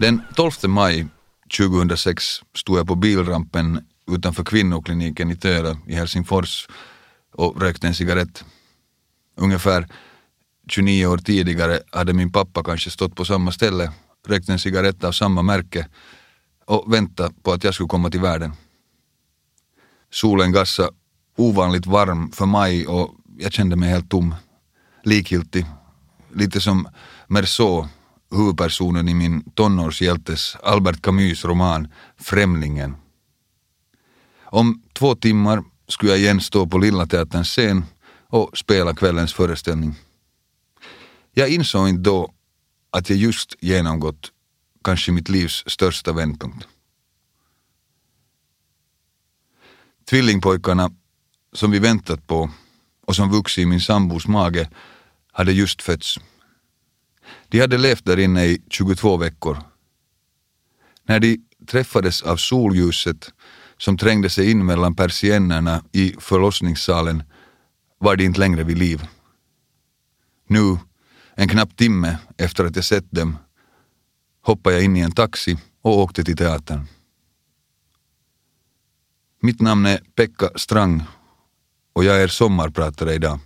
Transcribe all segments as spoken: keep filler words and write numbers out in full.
Den tolfte maj tjugohundrasex stod jag på bilrampen utanför kvinnokliniken i Töle i Helsingfors och rökte en cigarett. Ungefär tjugonio år tidigare hade min pappa kanske stått på samma ställe, rökt en cigarett av samma märke och väntat på att jag skulle komma till världen. Solen gassade ovanligt varm för maj och jag kände mig helt tom, likgiltig. Lite som Merceau, huvudpersonen i min tonårshjältes Albert Camus roman Främlingen. Om två timmar skulle jag igen stå på Lilla Teaterns scen och spela kvällens föreställning. Jag insåg inte då att jag just genomgått kanske mitt livs största vändpunkt. Tvillingpojkarna som vi väntat på och som vuxit i min sambos mage hade just fötts. De hade levt där inne i tjugotvå veckor. När de träffades av solljuset som trängde sig in mellan persiennerna i förlossningssalen var de inte längre vid liv. Nu, en knapp timme efter att jag sett dem, hoppade jag in i en taxi och åkte till teatern. Mitt namn är Pekka Strang och jag är sommarpratare idag.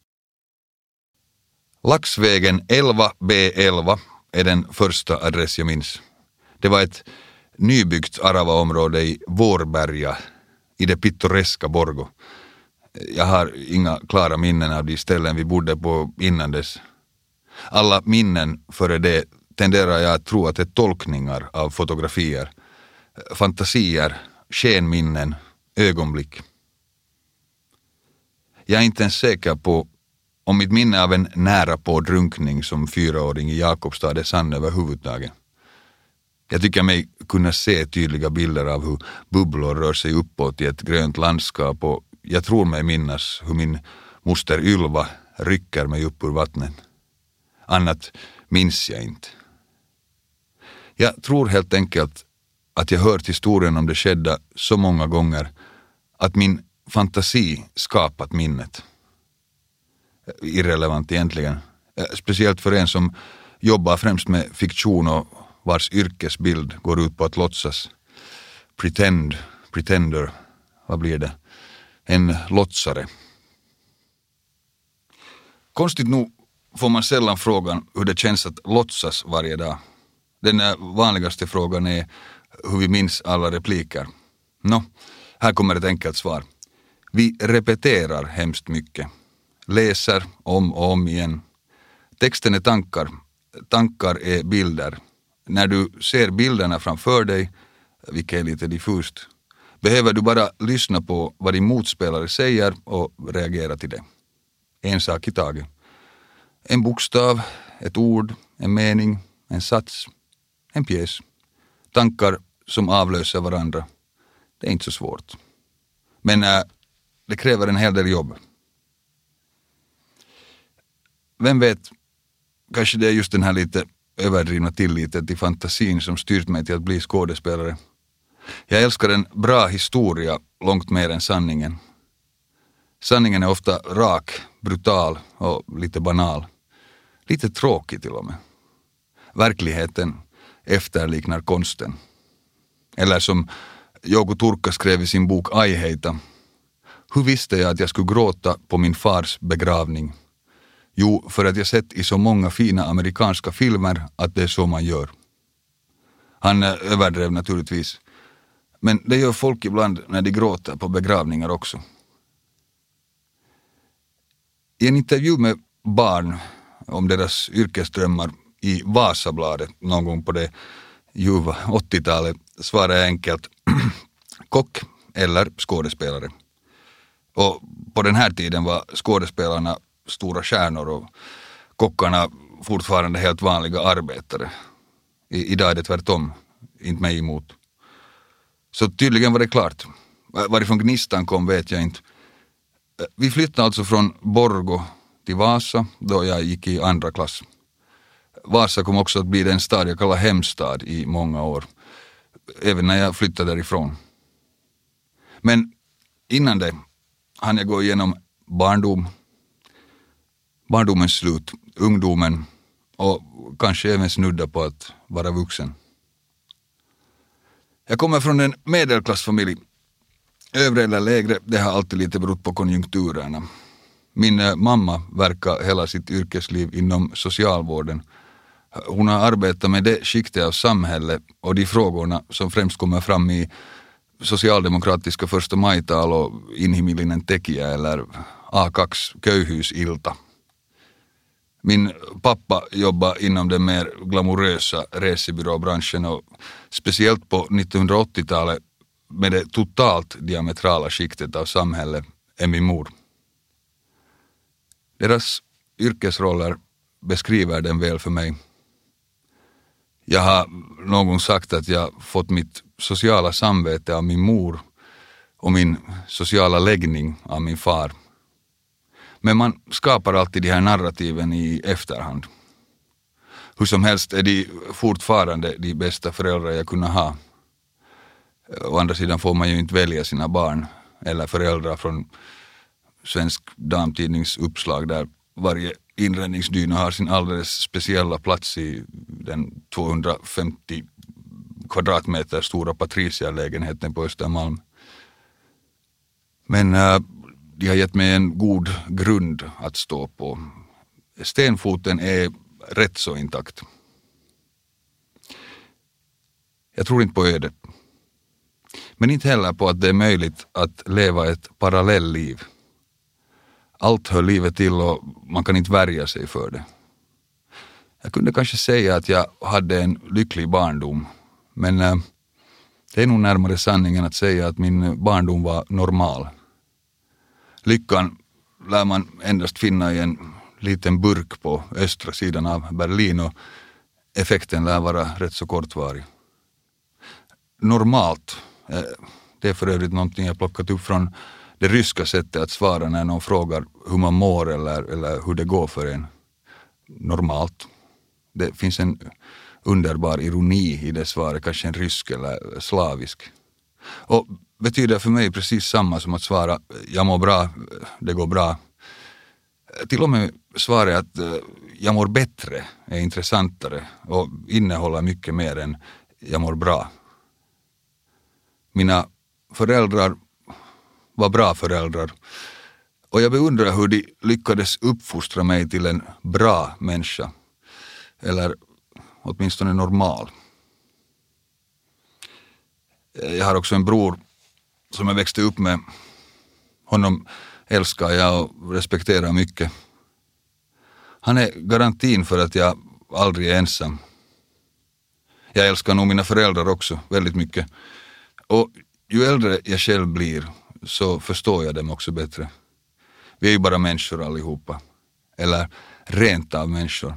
Laxvägen elva B elva är den första adress jag minns. Det var ett nybyggt Arava-område i Vårberga i det pittoreska Borgo. Jag har inga klara minnen av de ställen vi bodde på innan dess. Alla minnen före det tenderar jag att tro att det är tolkningar av fotografier, fantasier, skenminnen, ögonblick. Jag är inte ens säker på om mitt minne av en nära på drunkning som fyraåring i Jakobstad är sann överhuvudtaget. Jag tycker mig kunna se tydliga bilder av hur bubblor rör sig uppåt i ett grönt landskap och jag tror mig minnas hur min moster Ylva rycker mig upp ur vattnet. Annat minns jag inte. Jag tror helt enkelt att jag hört historien om det skedda så många gånger att min fantasi skapat minnet. Irrelevant egentligen. Speciellt för en som jobbar främst med fiktion och vars yrkesbild går ut på att låtsas. Pretend, pretender, vad blir det? En låtsare. Konstigt nog får man sällan frågan hur det känns att låtsas varje dag. Den vanligaste frågan är hur vi minns alla repliker. Nå, här kommer ett enkelt svar. Vi repeterar hemskt mycket. Läser om och om igen. Texten är tankar. Tankar är bilder. När du ser bilderna framför dig, vilket är lite diffust, behöver du bara lyssna på vad din motspelare säger och reagera till det. En sak i taget. En bokstav, ett ord, en mening, en sats, en pjäs. Tankar som avlöser varandra. Det är inte så svårt. Men äh, det kräver en hel del jobb. Vem vet, kanske det är just den här lite överdrivna tilliten till fantasin som styrt mig till att bli skådespelare. Jag älskar en bra historia långt mer än sanningen. Sanningen är ofta rak, brutal och lite banal. Lite tråkig till och med. Verkligheten efterliknar konsten. Eller som Jouko Turkka skrev i sin bok Aiheita. Hur visste jag att jag skulle gråta på min fars begravning? Jo, för att jag sett i så många fina amerikanska filmer att det är så man gör. Han överdrev naturligtvis. Men det gör folk ibland när de gråter på begravningar också. I en intervju med barn om deras yrkesdrömmar i Vasabladet någon gång på det ljuva åttiotalet svarar jag enkelt kock eller skådespelare. Och på den här tiden var skådespelarna stora stjärnor och kockarna fortfarande helt vanliga arbetare. I, idag är det tvärtom, inte mig emot. Så tydligen var det klart. Varifrån gnistan kom vet jag inte. Vi flyttade alltså från Borgo till Vasa då jag gick i andra klass. Vasa kom också att bli den stad jag kallar hemstad i många år. Även när jag flyttade därifrån. Men innan det hann jag gå igenom barndom, barndomens slut, ungdomen och kanske även snudda på att vara vuxen. Jag kommer från en medelklassfamilj. Övre eller lägre, det har alltid lite berott på konjunkturerna. Min äh, mamma verkar hela sitt yrkesliv inom socialvården. Hon har arbetat med det skiktet av samhället och de frågorna som främst kommer fram i socialdemokratiska första majtal och inhimillinen tekijä eller A två köyhyysilta. Min pappa jobbar inom den mer glamorösa resebyråbranschen och speciellt på nittonhundraåttiotalet med det totalt diametrala skiktet av samhället är min mor. Deras yrkesroller beskriver den väl för mig. Jag har någon sagt att jag fått mitt sociala samvete av min mor och min sociala läggning av min far. Men man skapar alltid de här narrativen i efterhand. Hur som helst är de fortfarande de bästa föräldrar jag kunde ha. Å andra sidan får man ju inte välja sina barn eller föräldrar från Svensk damtidningsuppslag där varje inredningsdyna har sin alldeles speciella plats i den tvåhundrafemtio kvadratmeter stora Patricia-lägenheten på Östermalm. Men äh, de har gett mig en god grund att stå på. Stenfoten är rätt så intakt. Jag tror inte på ödet. Men inte heller på att det är möjligt att leva ett parallellliv. Allt hör livet till och man kan inte värja sig för det. Jag kunde kanske säga att jag hade en lycklig barndom. Men äh, det är nog närmare sanningen att säga att min barndom var normal. Lyckan lär man endast finna i en liten burk på östra sidan av Berlin och effekten lär vara rätt så kortvarig. Normalt, äh, det är för övrigt någonting jag plockat upp från det ryska sättet att svara när någon frågar hur man mår eller, eller hur det går för en. Normalt. Det finns en underbar ironi i det svaret, kanske en rysk eller slavisk. Och betyder för mig precis samma som att svara jag mår bra, det går bra. Till och med svaret att jag mår bättre är intressantare och innehåller mycket mer än jag mår bra. Mina föräldrar var bra föräldrar och jag beundrar hur de lyckades uppfostra mig till en bra människa eller åtminstone normal. Jag har också en bror som jag växte upp med. Honom älskar jag och respekterar mycket. Han är garantin för att jag aldrig är ensam. Jag älskar nog mina föräldrar också väldigt mycket. Och ju äldre jag själv blir så förstår jag dem också bättre. Vi är ju bara människor allihopa. Eller rent av människor.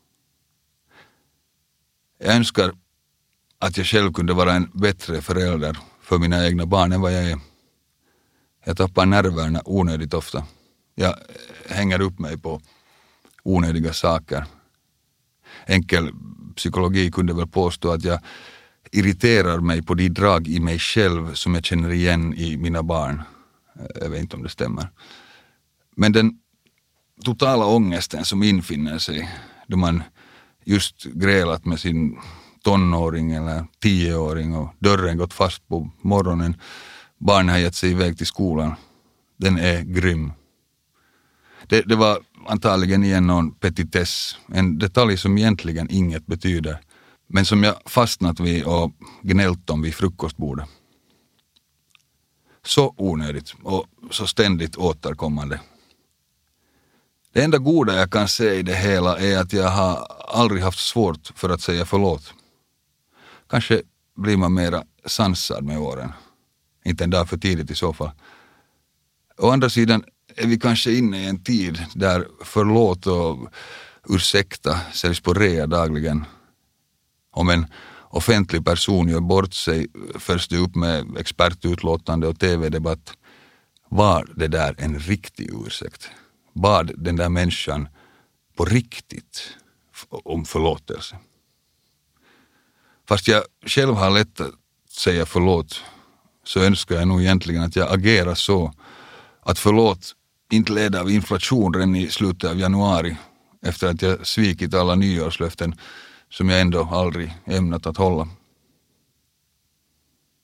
Jag önskar att jag själv kunde vara en bättre förälder för mina egna barn än vad jag är. Jag tappar nerverna onödigt ofta. Jag hänger upp mig på onödiga saker. Enkel psykologi kunde väl påstå att jag irriterar mig på de drag i mig själv som jag känner igen i mina barn. Jag vet inte om det stämmer. Men den totala ångesten som infinner sig då man just grälat med sin tonåring eller tioåring och dörren gått fast på morgonen, barnen har gett sig iväg till skolan, den är grym. Det, det var antagligen igen någon petitess, en detalj som egentligen inget betyder, men som jag fastnat vid och gnällt om vid frukostbordet. Så onödigt och så ständigt återkommande. Det enda goda jag kan säga i det hela är att jag har aldrig haft svårt för att säga förlåt. Kanske blir man mera sansad med åren. Inte en dag för tidigt i så fall. Å andra sidan är vi kanske inne i en tid där förlåt och ursäkta säljs på rea dagligen. Om en offentlig person gör bort sig följs det upp med expertutlåtande och tv-debatt. Var det där en riktig ursäkt? Bad den där människan på riktigt om förlåtelse? Fast jag själv har lätt att säga förlåt så önskar jag nog egentligen att jag agerar så att förlåt inte leder av inflation redan i slutet av januari efter att jag svikit alla nyårslöften som jag ändå aldrig ämnat att hålla.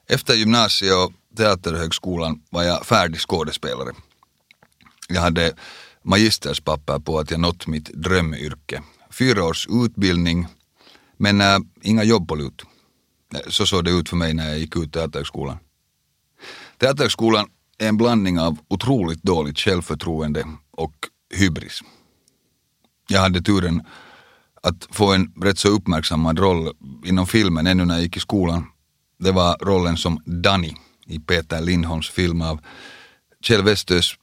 Efter gymnasiet och teaterhögskolan var jag färdig skådespelare. Jag hade magisterspapper på att jag nått mitt drömyrke. Fyra års utbildning, men äh, inga jobb på lut. Så såg det ut för mig när jag gick ut teaterhögskolan. Teaterhögskolan är en blandning av otroligt dåligt självförtroende och hybris. Jag hade turen att få en rätt så uppmärksammad roll inom filmen ännu när jag gick i skolan. Det var rollen som Danny i Peter Lindholms film av Kjell Westös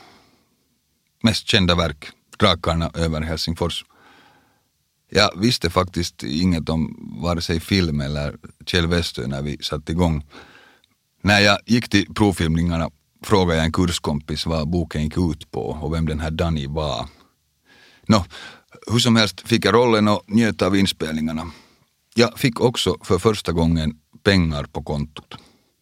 mest kända verk, Drakarna över Helsingfors. Jag visste faktiskt inget om vare sig film eller Kjell Westö när vi satt igång. När jag gick till provfilmningarna frågade jag en kurskompis vad boken gick ut på och vem den här Danny var. Nå, hur som helst fick jag rollen och njöt av inspelningarna. Jag fick också för första gången pengar på kontot.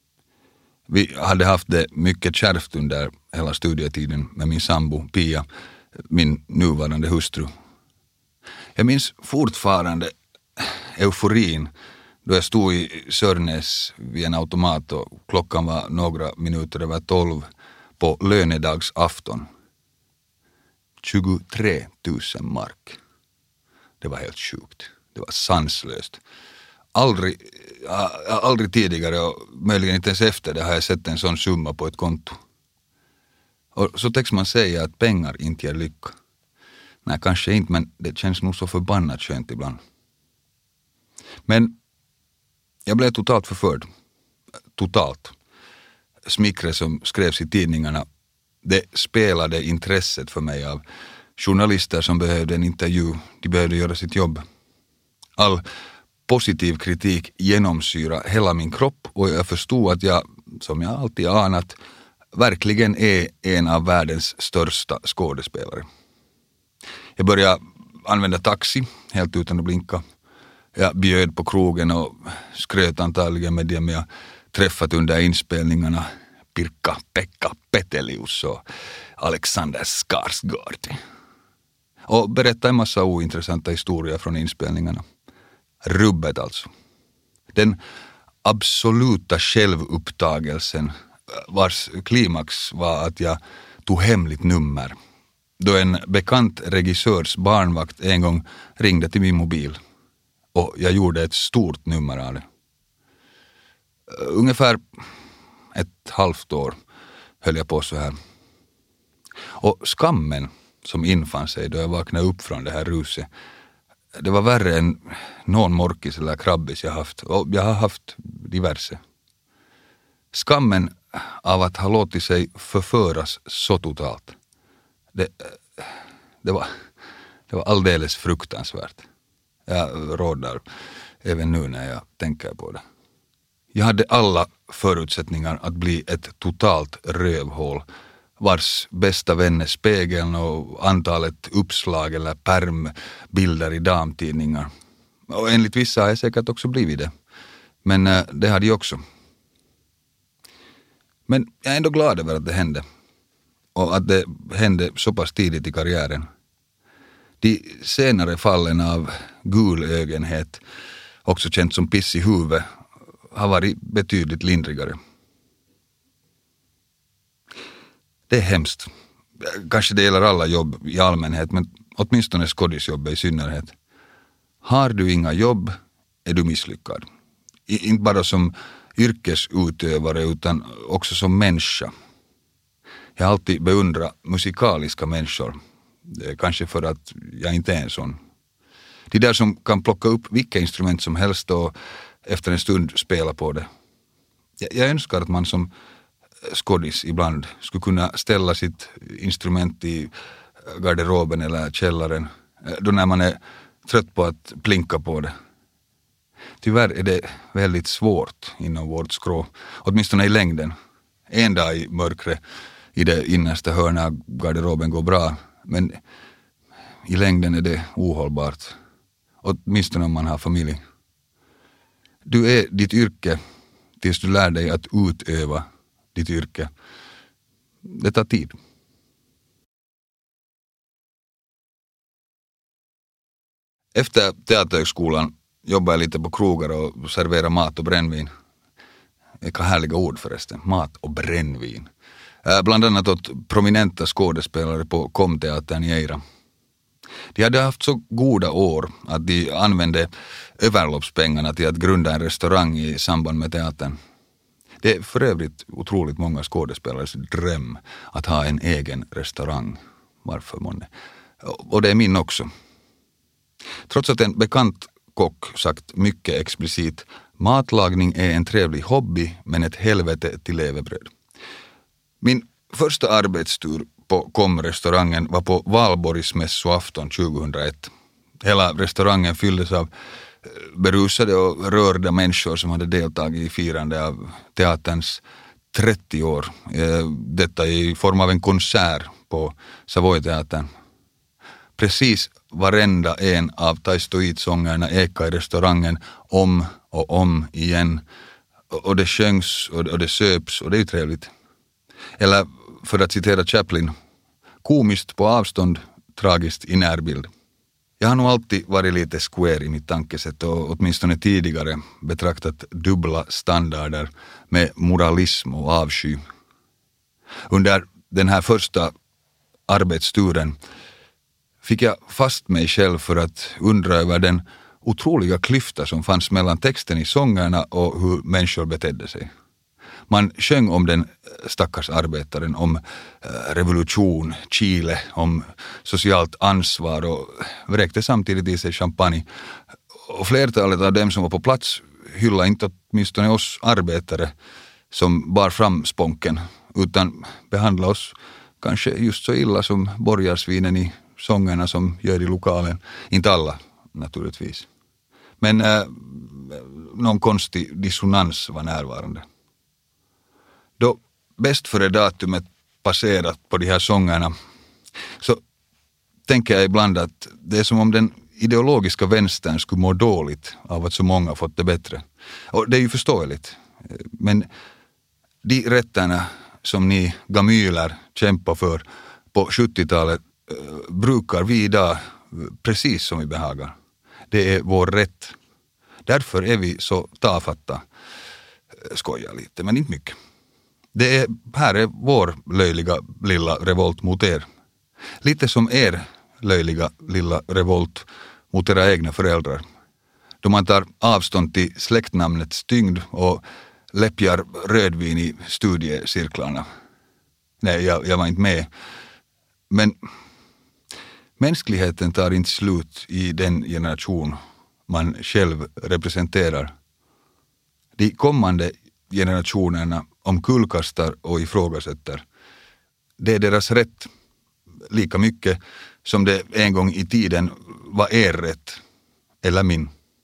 Vi hade haft det mycket kärvt under hela studietiden med min sambo Pia, min nuvarande hustru. Jag minns fortfarande euforin då jag stod i Sörnäs vid en automat och klockan var några minuter över tolv på lönedagsafton. tjugotre tusen mark. Det var helt sjukt. Det var sanslöst. Aldrig, aldrig tidigare och möjligen inte ens efter det har jag sett en sån summa på ett konto. Och så täcks man säga att pengar inte ger lycka. Nej, kanske inte, men det känns nog så förbannat skönt ibland. Men jag blev totalt förförd. Totalt. Smickret som skrevs i tidningarna, det spelade intresset för mig av journalister som behövde en intervju. De behövde göra sitt jobb. All positiv kritik genomsyra hela min kropp och jag förstod att jag, som jag alltid anat, verkligen är en av världens största skådespelare. Jag började använda taxi helt utan att blinka. Jag bjöd på krogen och skröt antagligen med dem jag träffat under inspelningarna. Pirkka Pekka Petelius och Alexander Skarsgård. Och berättade en massa ointressanta historier från inspelningarna. Rubbet alltså. Den absoluta självupptagelsen vars klimax var att jag tog hemligt nummer. Då en bekant regissörs barnvakt en gång ringde till min mobil. Och jag gjorde ett stort nummer av det. Ungefär ett halvt år höll jag på så här. Och skammen som infann sig då jag vaknade upp från det här ruset, det var värre än någon morkis eller krabbis jag haft. Och jag har haft diverse. Skammen av att ha låtit sig förföras så totalt. Det, det, var, det var alldeles fruktansvärt. Jag rådar även nu när jag tänker på det. Jag hade alla förutsättningar att bli ett totalt rövhål vars bästa vän är spegeln och antalet uppslag eller pärmbilder i damtidningar. Och enligt vissa har jag säkert också blivit det. Men äh, det hade jag också. Men jag är ändå glad över att det hände. Och att det hände så pass tidigt i karriären. De senare fallen av gulögenhet, också känt som piss i huvudet, har varit betydligt lindrigare. Det är hemskt. Kanske det gäller alla jobb i allmänhet, men åtminstone skådisjobbet i synnerhet. Har du inga jobb är du misslyckad. I, inte bara som yrkesutövare utan också som människa. Jag har alltid beundrat musikaliska människor. Kanske för att jag inte är en sån. De där som kan plocka upp vilka instrument som helst och efter en stund spela på det. Jag, jag önskar att man som skådis ibland skulle kunna ställa sitt instrument i garderoben eller källaren då när man är trött på att plinka på det. Tyvärr är det väldigt svårt inom vårt skrå, åtminstone i längden. En dag i mörkret i det innersta hörnet av garderoben går bra, men i längden är det ohållbart. Åtminstone om man har familj. Du är ditt yrke tills du lär dig att utöva ditt yrke. Det tar tid. Efter teaterhögskolan jobbade jag lite på krogar och serverade mat och brännvin. Vilka härliga ord förresten. Mat och brännvin. Äh, bland annat åt prominenta skådespelare på Komteatern i Eira. De hade haft så goda år att de använde överloppspengarna till att grunda en restaurang i samband med teatern. Det är för övrigt otroligt många skådespelares dröm att ha en egen restaurang. Varför månne? Och det är min också. Trots att en bekant kock sagt mycket explicit, matlagning är en trevlig hobby men ett helvete till levebröd. Min första arbetstur på Kom-restaurangen var på Valborgsmässoafton tjugohundraett. Hela restaurangen fylldes av berusade och rörda människor som hade deltagit i firande av teaterns trettio år. Detta i form av en konsert på Savoy-teatern. Precis varenda en av Taistoit-sångerna ekade i restaurangen om och om igen. Och det sjöngs och det söps och det är ju trevligt. Eller för att citera Chaplin, komiskt på avstånd, tragiskt i närbild. Jag har nog alltid varit lite square i mitt tankesätt och åtminstone tidigare betraktat dubbla standarder med moralism och avsky. Under den här första arbetsturen fick jag fast mig själv för att undra över den otroliga klyfta som fanns mellan texten i sångerna och hur människor betedde sig. Man sjöng om den stackars arbetaren, om revolution, Chile, om socialt ansvar och vräkte samtidigt i sig champagne. Och flertalet av dem som var på plats hyllade inte åtminstone oss arbetare som bar fram sponken, utan behandlade oss kanske just så illa som borgarsvinen i sångerna som gör i lokalen. Inte alla, naturligtvis. Men äh, någon konstig dissonans var närvarande. Då bäst före datumet passerat på de här sångerna så tänker jag ibland att det är som om den ideologiska vänstern skulle må dåligt av att så många fått det bättre. Och det är ju förståeligt. Men de rätterna som ni gamyler kämpar för på sjuttiotalet brukar vi idag precis som vi behagar. Det är vår rätt. Därför är vi så tafatta. Skojar lite, men inte mycket. Det är, här är vår löjliga lilla revolt mot er. Lite som er löjliga lilla revolt mot era egna föräldrar. Då man tar avstånd till släktnamnets tyngd och läppjar rödvin i studiecirklarna. Nej, jag, jag var inte med. Men mänskligheten tar inte slut i den generation man själv representerar. De kommande generationerna omkullkastar och ifrågasätter. Det är deras rätt lika mycket som det en gång i tiden var er rätt eller min.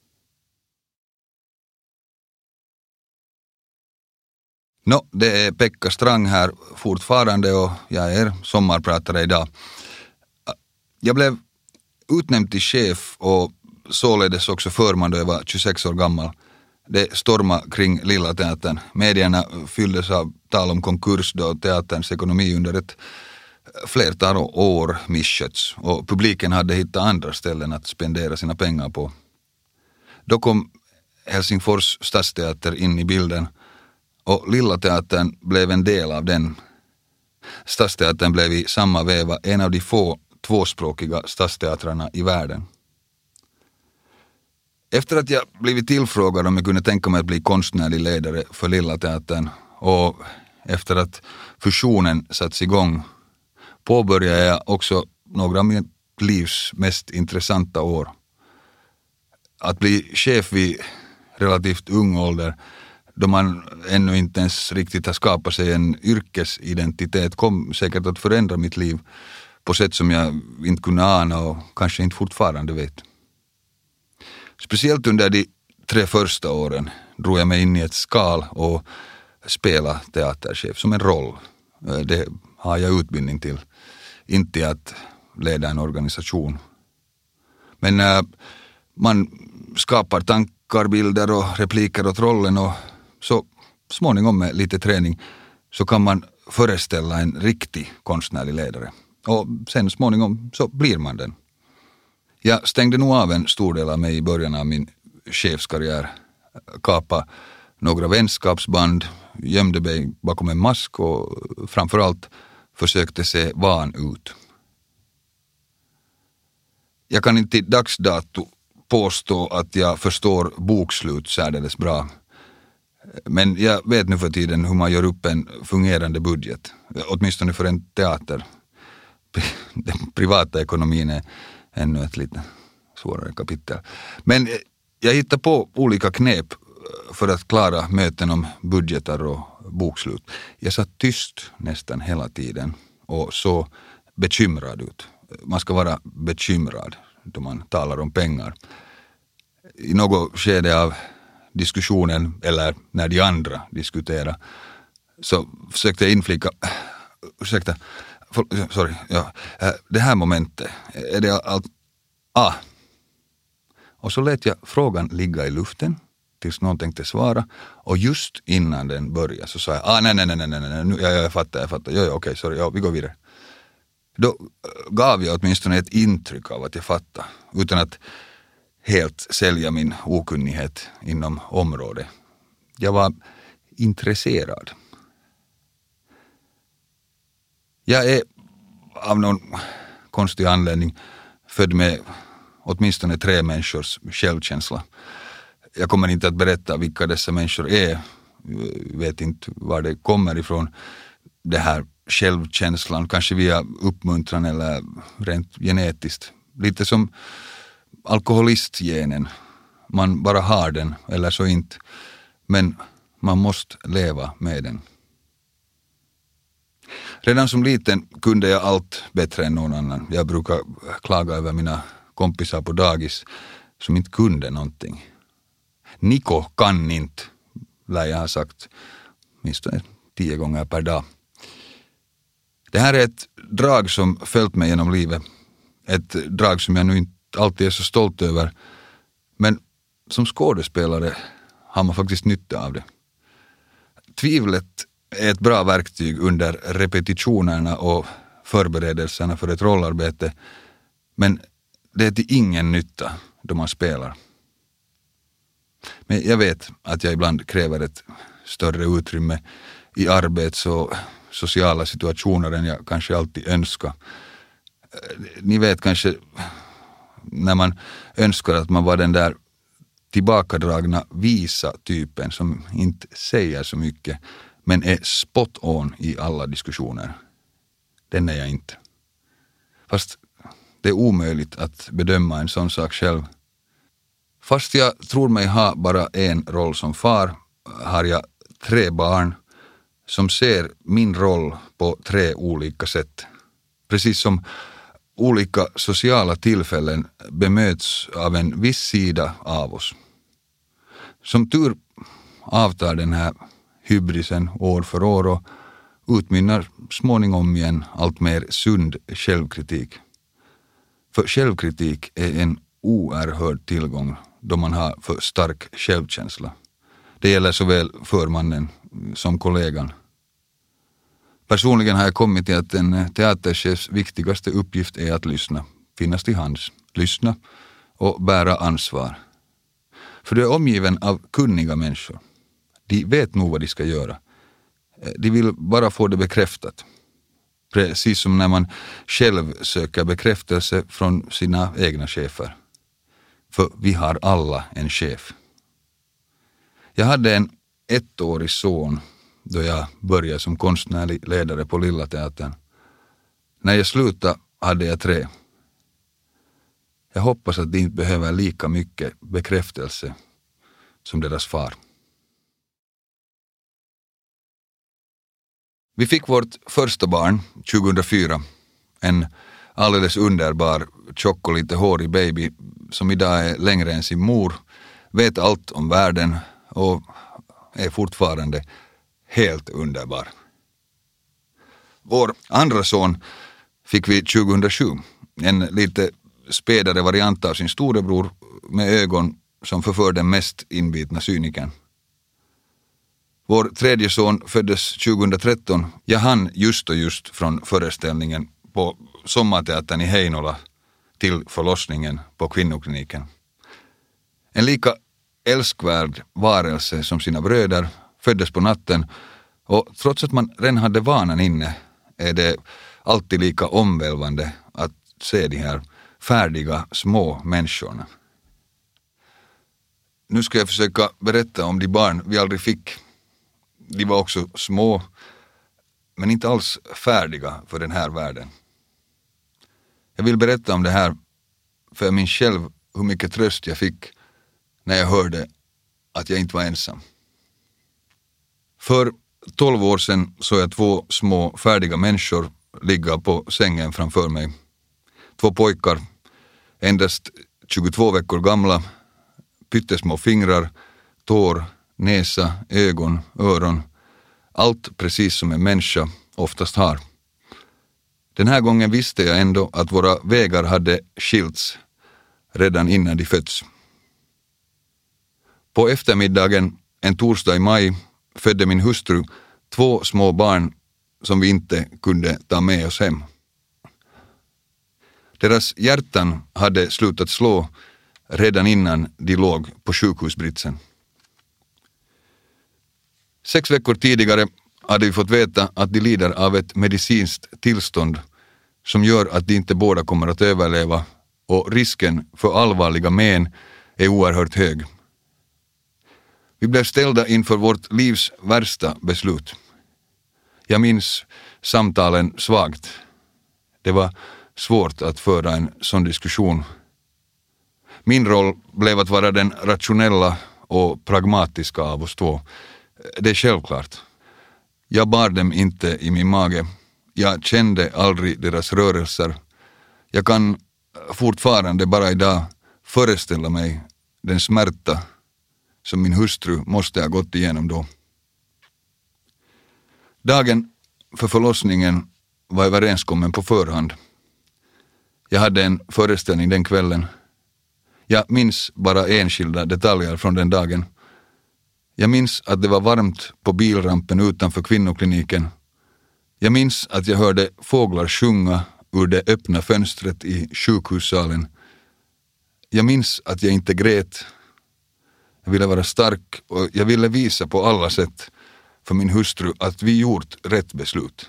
Nå, det är Pekka Strang här fortfarande och jag är sommarpratare idag. Jag blev utnämnd till chef och således också förman då jag var tjugosex år gammal. Det stormade kring Lilla teatern. Medierna fylldes av tal om konkurs då teaterns ekonomi under ett flertal år missköts och publiken hade hittat andra ställen att spendera sina pengar på. Då kom Helsingfors stadsteater in i bilden och Lilla teatern blev en del av den. Stadsteatern blev i samma veva en av de få tvåspråkiga stadsteatrarna i världen. Efter att jag blivit tillfrågad om jag kunde tänka mig att bli konstnärlig ledare för Lilla teatern och efter att fusionen satts igång påbörjade jag också några av mitt livs mest intressanta år. Att bli chef vid relativt ung ålder då man ännu inte ens riktigt har skapat sig en yrkesidentitet kom säkert att förändra mitt liv på sätt som jag inte kunde ana och kanske inte fortfarande vet. Speciellt under de tre första åren drog jag mig in i ett skal och spela teaterchef som en roll. Det har jag utbildning till. Inte att leda en organisation. Men äh, man skapar tankar, bilder och repliker åt rollen och så småningom med lite träning så kan man föreställa en riktig konstnärlig ledare. Och sen småningom så blir man den. Jag stängde nog av en stor del av mig i början av min chefskarriär. Kapa några vänskapsband, gömde mig bakom en mask och framförallt försökte se van ut. Jag kan inte i dagsdato påstå att jag förstår bokslut särdeles bra. Men jag vet nu för tiden hur man gör upp en fungerande budget. Åtminstone för en teater. Den privata ekonomin är ännu ett lite svårare kapitel. Men jag hittar på olika knep för att klara möten om budgetar och bokslut. Jag satt tyst nästan hela tiden och så bekymrad ut. Man ska vara bekymrad då man talar om pengar. I något skede av diskussionen, eller när de andra diskuterar, så försökte jag inflika, ursäkta, för, sorry, ja, det här momentet, är det allt, ah. Och så lät jag frågan ligga i luften tills någon tänkte svara, och just innan den började så sa jag, ah nej nej nej nej nej, nej. Nu, ja, jag fattar, jag fattar, ja, ja, okej, sorry, ja, vi går vidare. Då gav jag åtminstone ett intryck av att jag fattar, utan att helt sälja min okunnighet inom området. Jag var intresserad. Jag är av någon konstig anledning född med åtminstone tre människors självkänsla. Jag kommer inte att berätta vilka dessa människor är. Jag vet inte var det kommer ifrån. Det här självkänslan, kanske via uppmuntran eller rent genetiskt. Lite som alkoholistgenen. Man bara har den, eller så inte. Men man måste leva med den. Redan som liten kunde jag allt bättre än någon annan. Jag brukar klaga över mina kompisar på dagis som inte kunde någonting. Niko kan inte, lär jag ha sagt minst tio gånger per dag. Det här är ett drag som följt mig genom livet. Ett drag som jag nu inte alltid är så stolt över. Men som skådespelare har man faktiskt nytta av det. Tvivlet är ett bra verktyg under repetitionerna och förberedelserna för ett rollarbete. Men det är till ingen nytta då man spelar. Men jag vet att jag ibland kräver ett större utrymme i arbets- och sociala situationer än jag kanske alltid önskar. Ni vet kanske när man önskar att man var den där tillbakadragna visa typen som inte säger så mycket men är spot on i alla diskussioner. Den är jag inte. Fast det är omöjligt att bedöma en sån sak själv. Fast jag tror mig ha bara en roll som far har jag tre barn som ser min roll på tre olika sätt. Precis som olika sociala tillfällen bemöts av en viss sida av oss. Som tur avtar den här hybrisen år för år och utmynnar småningom i en allt mer sund självkritik. För självkritik är en oerhörd tillgång då man har för stark självkänsla. Det gäller såväl förmannen som kollegan. Personligen har jag kommit till att en teaterchefs viktigaste uppgift är att lyssna, finnas till hands, lyssna och bära ansvar. För du är omgiven av kunniga människor. De vet nog vad de ska göra. De vill bara få det bekräftat. Precis som när man själv söker bekräftelse från sina egna chefer. För vi har alla en chef. Jag hade en ettårig son då jag började som konstnärlig ledare på Lilla Teatern. När jag slutade hade jag tre. Jag hoppas att de inte behöver lika mycket bekräftelse som deras far. Vi fick vårt första barn tjugohundrafyra. En alldeles underbar, tjock och lite hårig baby som idag är längre än sin mor, vet allt om världen och är fortfarande helt underbar. Vår andra son fick vi tjugohundrasju. En lite spädare variant av sin storebror med ögon som förför den mest inbitna cynikern. Vår tredje son föddes tjugohundratretton. Jag hann just och just från föreställningen på Sommarteatern i Heinola till förlossningen på kvinnokliniken. En lika älskvärd varelse som sina bröder, föddes på natten, och trots att man redan hade vanan inne är det alltid lika omvälvande att se de här färdiga små människorna. Nu ska jag försöka berätta om de barn vi aldrig fick. De var också små, men inte alls färdiga för den här världen. Jag vill berätta om det här för jag minns själv hur mycket tröst jag fick när jag hörde att jag inte var ensam. För tolv år sedan såg jag två små färdiga människor ligga på sängen framför mig. Två pojkar, endast tjugotvå veckor gamla, pyttesmå fingrar, tår, näsa, ögon, öron. Allt precis som en människa oftast har. Den här gången visste jag ändå att våra vägar hade skilts redan innan de fötts. På eftermiddagen, en torsdag i maj, födde min hustru två små barn som vi inte kunde ta med oss hem. Deras hjärtan hade slutat slå redan innan de låg på sjukhusbritsen. Sex veckor tidigare hade vi fått veta att de lider av ett medicinskt tillstånd som gör att de inte båda kommer att överleva, och risken för allvarliga men är oerhört hög. Vi blev ställda inför vårt livs värsta beslut. Jag minns samtalen svagt. Det var svårt att föra en sån diskussion. Min roll blev att vara den rationella och pragmatiska av oss två. Det är självklart. Jag bar dem inte i min mage. Jag kände aldrig deras rörelser. Jag kan fortfarande bara idag föreställa mig den smärta som min hustru måste ha gått igenom då. Dagen för förlossningen var överenskommen på förhand. Jag hade en föreställning den kvällen. Jag minns bara enskilda detaljer från den dagen. Jag minns att det var varmt på bilrampen utanför kvinnokliniken. Jag minns att jag hörde fåglar sjunga ur det öppna fönstret i sjukhussalen. Jag minns att jag inte grät. Jag ville vara stark och jag ville visa på alla sätt för min hustru att vi gjort rätt beslut.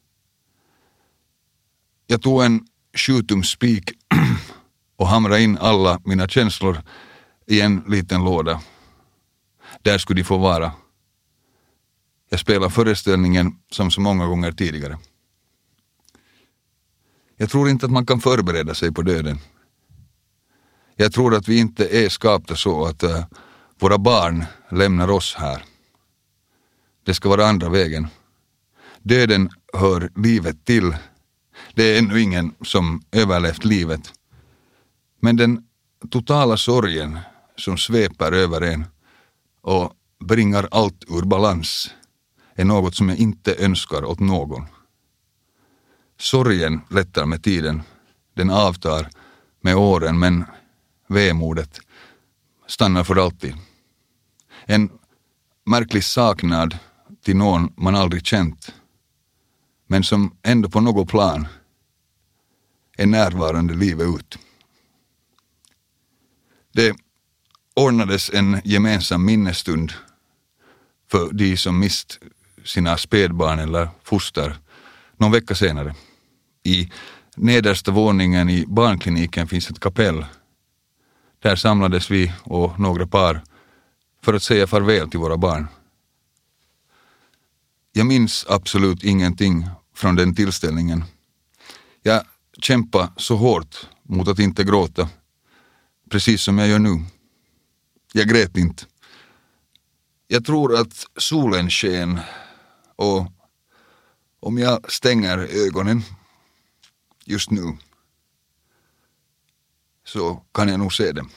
Jag tog en sjutums spik och hamrade in alla mina känslor i en liten låda. Där skulle de få vara. Jag spelade föreställningen som så många gånger tidigare. Jag tror inte att man kan förbereda sig på döden. Jag tror att vi inte är skapta så att uh, våra barn lämnar oss här. Det ska vara andra vägen. Döden hör livet till. Det är ännu ingen som överlevt livet. Men den totala sorgen som sveper över en och bringar allt ur balans är något som jag inte önskar åt någon. Sorgen lättar med tiden. Den avtar med åren, men vemodet stannar för alltid. En märklig saknad till någon man aldrig känt, men som ändå på något plan är närvarande livet ut. Det ordnades en gemensam minnesstund för de som mist sina spädbarn eller foster någon vecka senare. I nedersta våningen i barnkliniken finns ett kapell. Där samlades vi och några par för att säga farväl till våra barn. Jag minns absolut ingenting från den tillställningen. Jag kämpade så hårt mot att inte gråta, precis som jag gör nu. Jag grät inte. Jag tror att solen sken och om jag stänger ögonen just nu så kan jag nog se dem.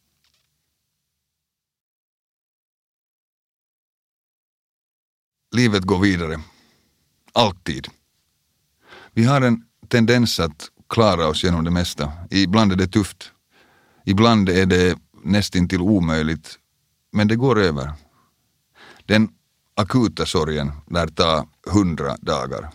Livet går vidare. Alltid. Vi har en tendens att klara oss genom det mesta. Ibland är det tufft. Ibland är det nästintill omöjligt. Men det går över. Den akuta sorgen lär ta hundra dagar.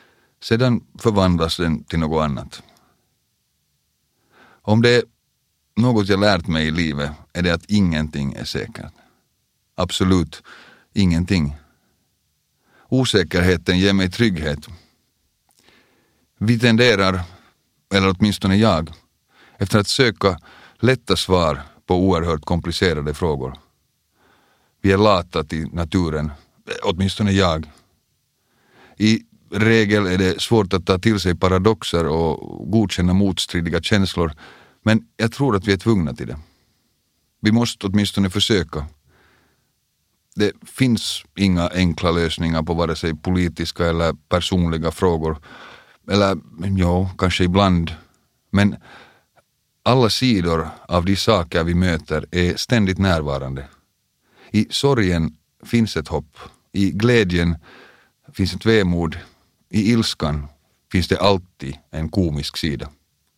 Sedan förvandlas den till något annat. Om det är något jag lärt mig i livet är det att ingenting är säkert. Absolut ingenting. Osäkerheten ger mig trygghet. Vi tenderar, eller åtminstone jag, efter att söka lätta svar på oerhört komplicerade frågor. Vi är lata till naturen, åtminstone jag. I regel är det svårt att ta till sig paradoxer och godkänna motstridiga känslor, men jag tror att vi är tvungna till det. Vi måste åtminstone försöka. Det finns inga enkla lösningar på vare sig politiska eller personliga frågor. Eller, ja, kanske ibland. Men alla sidor av de saker vi möter är ständigt närvarande. I sorgen finns ett hopp. I glädjen finns ett vemod. I ilskan finns det alltid en komisk sida.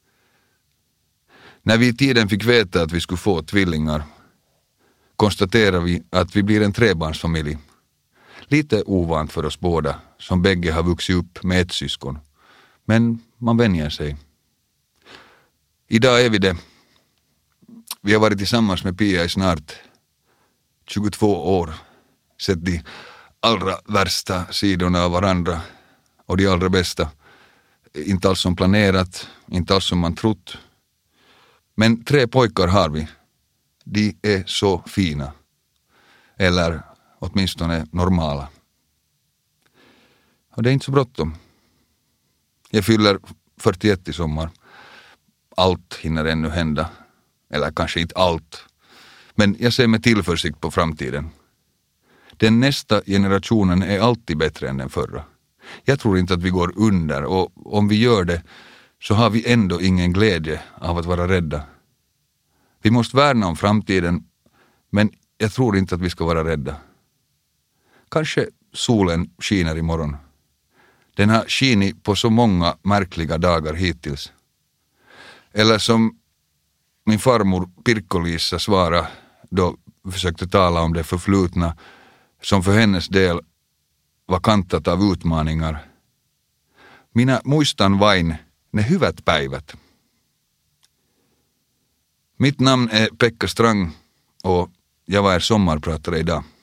När vi i tiden fick veta att vi skulle få tvillingar konstaterar vi att vi blir en trebarnsfamilj. Lite ovant för oss båda, som bägge har vuxit upp med ett syskon. Men man vänjer sig. Idag är vi det. Vi har varit tillsammans med Pia i snart tjugotvå år. Sett de allra värsta sidorna av varandra och de allra bästa. Inte alls som planerat, inte alls som man trott. Men tre pojkar har vi. De är så fina. Eller åtminstone normala. Och det är inte så bråttom. Jag fyller fyrtioett i sommar. Allt hinner ännu hända. Eller kanske inte allt. Men jag ser med tillförsikt på framtiden. Den nästa generationen är alltid bättre än den förra. Jag tror inte att vi går under, och om vi gör det så har vi ändå ingen glädje av att vara rädda. Vi måste värna om framtiden, men jag tror inte att vi ska vara rädda. Kanske solen skiner imorgon. Den har skinit på så många märkliga dagar hittills. Eller som min farmor Pirkko-Liisa svarade då vi försökte tala om det förflutna, som för hennes del var kantat av utmaningar. Minä muistan vain ne hyvät päivät. Mitt namn är Pekka Strang och jag var er sommarpratare idag.